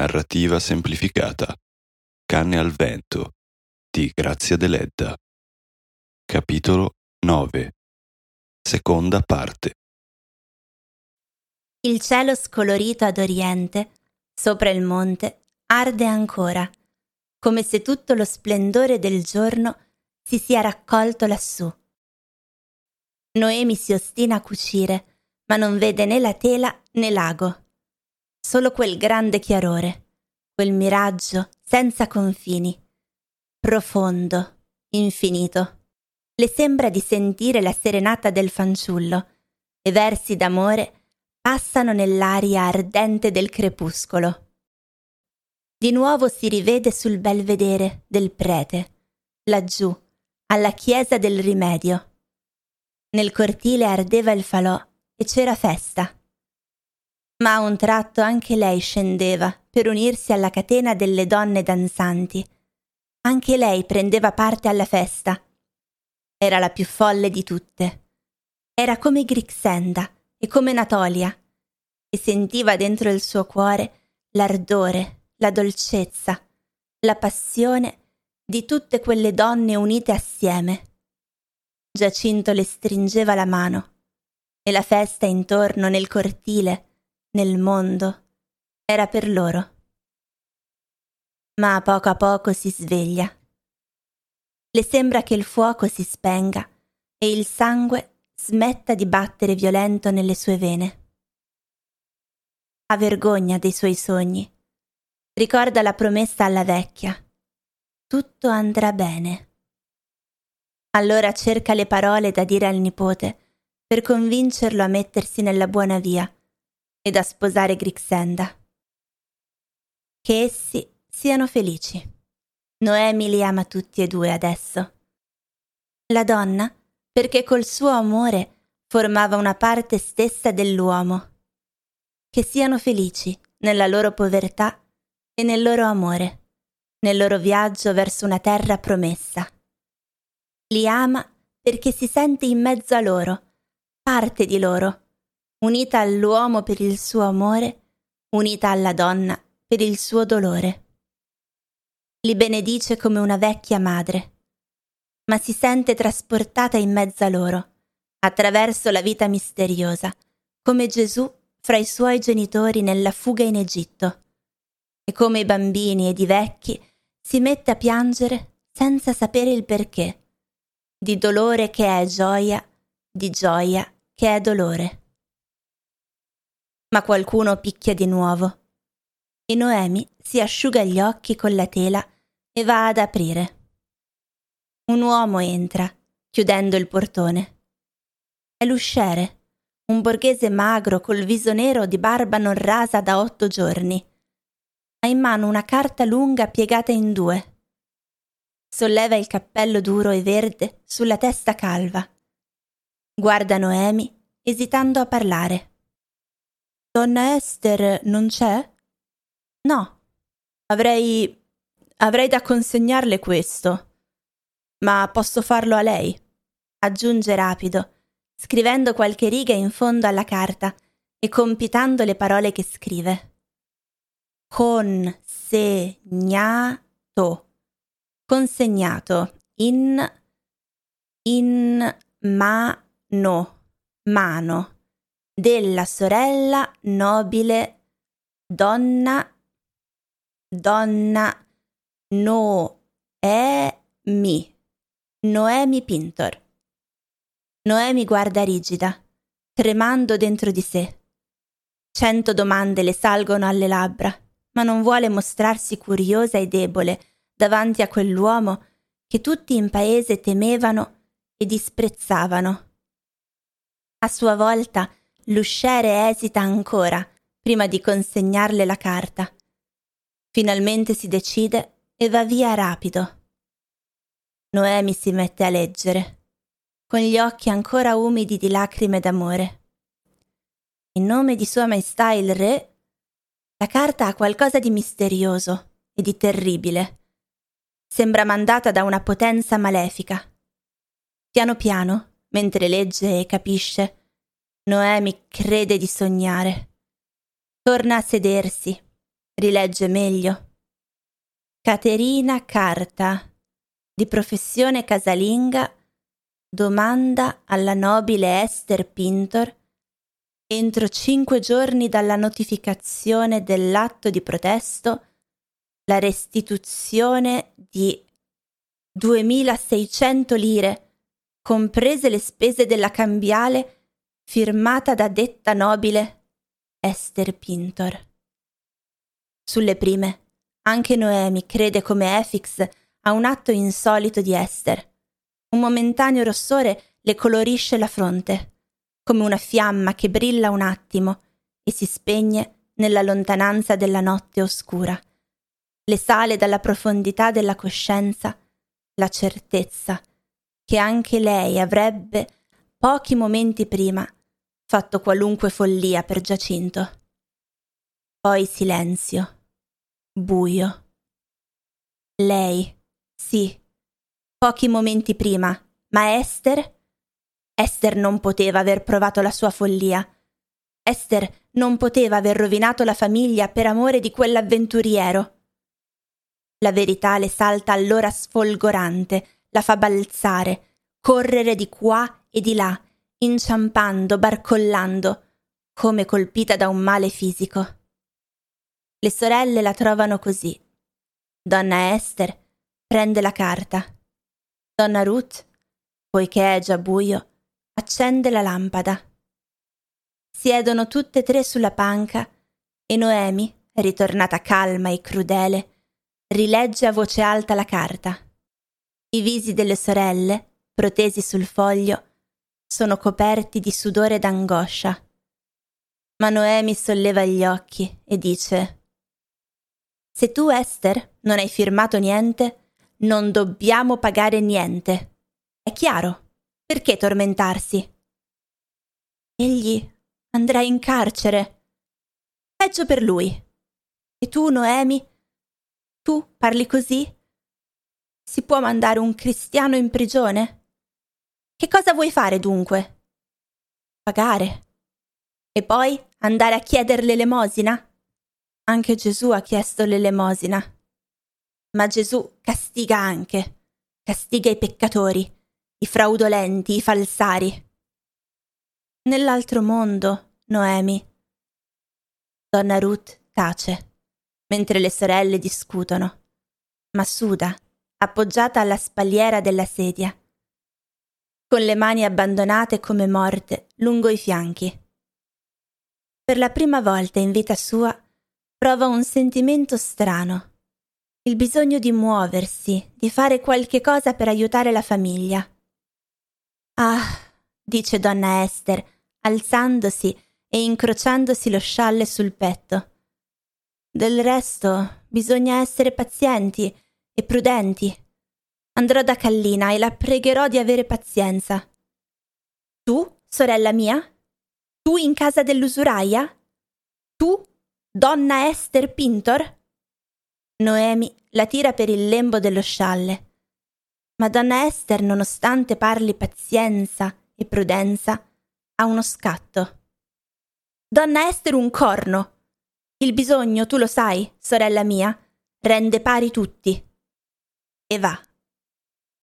Narrativa semplificata. Canne al vento di Grazia Deledda. Capitolo 9. Seconda parte. Il cielo scolorito ad oriente, sopra il monte, arde ancora, come se tutto lo splendore del giorno si sia raccolto lassù. Noemi si ostina a cucire, ma non vede né la tela né l'ago. Solo quel grande chiarore, quel miraggio senza confini, profondo, infinito. Le sembra di sentire la serenata del fanciullo e versi d'amore passano nell'aria ardente del crepuscolo. Di nuovo si rivede sul belvedere del prete, laggiù, alla chiesa del Rimedio. Nel cortile ardeva il falò e c'era festa. Ma a un tratto anche lei scendeva per unirsi alla catena delle donne danzanti. Anche lei prendeva parte alla festa. Era la più folle di tutte. Era come Grixenda e come Natolia, e sentiva dentro il suo cuore l'ardore, la dolcezza, la passione di tutte quelle donne unite assieme. Giacinto le stringeva la mano e la festa intorno nel cortile, nel mondo, era per loro. Ma a poco si sveglia. Le sembra che il fuoco si spenga e il sangue smetta di battere violento nelle sue vene. Ha vergogna dei suoi sogni. Ricorda la promessa alla vecchia. Tutto andrà bene. Allora cerca le parole da dire al nipote per convincerlo a mettersi nella buona via ed a sposare Grixenda. Che essi siano felici. Noemi li ama tutti e due adesso. La donna perché col suo amore formava una parte stessa dell'uomo. Che siano felici nella loro povertà e nel loro amore, nel loro viaggio verso una terra promessa. Li ama perché si sente in mezzo a loro, parte di loro, unita all'uomo per il suo amore, unita alla donna per il suo dolore. Li benedice come una vecchia madre, ma si sente trasportata in mezzo a loro, attraverso la vita misteriosa, come Gesù fra i suoi genitori nella fuga in Egitto, e come i bambini ed i vecchi si mette a piangere senza sapere il perché, di dolore che è gioia, di gioia che è dolore. Ma qualcuno picchia di nuovo e Noemi si asciuga gli occhi con la tela e va ad aprire. Un uomo entra, chiudendo il portone. È l'usciere, un borghese magro col viso nero di barba non rasa da 8 giorni. Ha in mano una carta lunga piegata in 2. Solleva il cappello duro e verde sulla testa calva. Guarda Noemi, esitando a parlare. Donna Ester non c'è? No. Avrei da consegnarle questo. Ma posso farlo a lei? Aggiunge rapido, scrivendo qualche riga in fondo alla carta e compitando le parole che scrive. Consegnato in mano della sorella nobile donna Noemi Pintor. Noemi guarda rigida, tremando dentro di sé. 100 domande le salgono alle labbra, ma non vuole mostrarsi curiosa e debole davanti a quell'uomo che tutti in paese temevano e disprezzavano. A sua volta l'usciere esita ancora prima di consegnarle la carta. Finalmente si decide e va via rapido. Noemi si mette a leggere, con gli occhi ancora umidi di lacrime d'amore. In nome di Sua Maestà il Re, la carta ha qualcosa di misterioso e di terribile. Sembra mandata da una potenza malefica. Piano piano, mentre legge e capisce, Noemi crede di sognare. Torna a sedersi, rilegge meglio. Caterina Carta, di professione casalinga, domanda alla nobile Ester Pintor, entro 5 giorni dalla notificazione dell'atto di protesto, la restituzione di 2.600 lire, comprese le spese della cambiale, firmata da detta nobile Ester Pintor. Sulle prime, anche Noemi crede come Efix a un atto insolito di Ester. Un momentaneo rossore le colorisce la fronte, come una fiamma che brilla un attimo e si spegne nella lontananza della notte oscura. Le sale dalla profondità della coscienza la certezza che anche lei avrebbe, pochi momenti prima, fatto qualunque follia per Giacinto. Poi silenzio, buio. Lei, sì, pochi momenti prima, ma Ester? Ester non poteva aver provato la sua follia. Ester non poteva aver rovinato la famiglia per amore di quell'avventuriero. La verità le salta allora sfolgorante, la fa balzare, correre di qua e di là, inciampando, barcollando, come colpita da un male fisico. Le sorelle la trovano così. Donna Ester prende la carta. Donna Ruth, poiché è già buio, accende la lampada. Siedono tutte e tre sulla panca e Noemi, ritornata calma e crudele, rilegge a voce alta la carta. I visi delle sorelle, protesi sul foglio, sono coperti di sudore e d'angoscia. Ma Noemi solleva gli occhi e dice: «Se tu, Ester, non hai firmato niente, non dobbiamo pagare niente. È chiaro? Perché tormentarsi?» «Egli andrà in carcere. Peggio per lui. E tu, Noemi? Tu parli così? Si può mandare un cristiano in prigione? Che cosa vuoi fare dunque? Pagare? E poi andare a chiedere l'elemosina? Anche Gesù ha chiesto l'elemosina. Ma Gesù castiga anche. Castiga i peccatori, i fraudolenti, i falsari. Nell'altro mondo, Noemi». Donna Ruth tace, mentre le sorelle discutono, ma suda, appoggiata alla spalliera della sedia, con le mani abbandonate come morte lungo i fianchi. Per la prima volta in vita sua prova un sentimento strano, il bisogno di muoversi, di fare qualche cosa per aiutare la famiglia. «Ah», dice donna Ester, alzandosi e incrociandosi lo scialle sul petto. «Del resto bisogna essere pazienti e prudenti. Andrò da Kallina e la pregherò di avere pazienza». «Tu, sorella mia? Tu in casa dell'usuraia? Tu, donna Ester Pintor?» Noemi la tira per il lembo dello scialle. Ma donna Ester, nonostante parli pazienza e prudenza, ha uno scatto. «Donna Ester un corno! Il bisogno, tu lo sai, sorella mia, rende pari tutti». E va.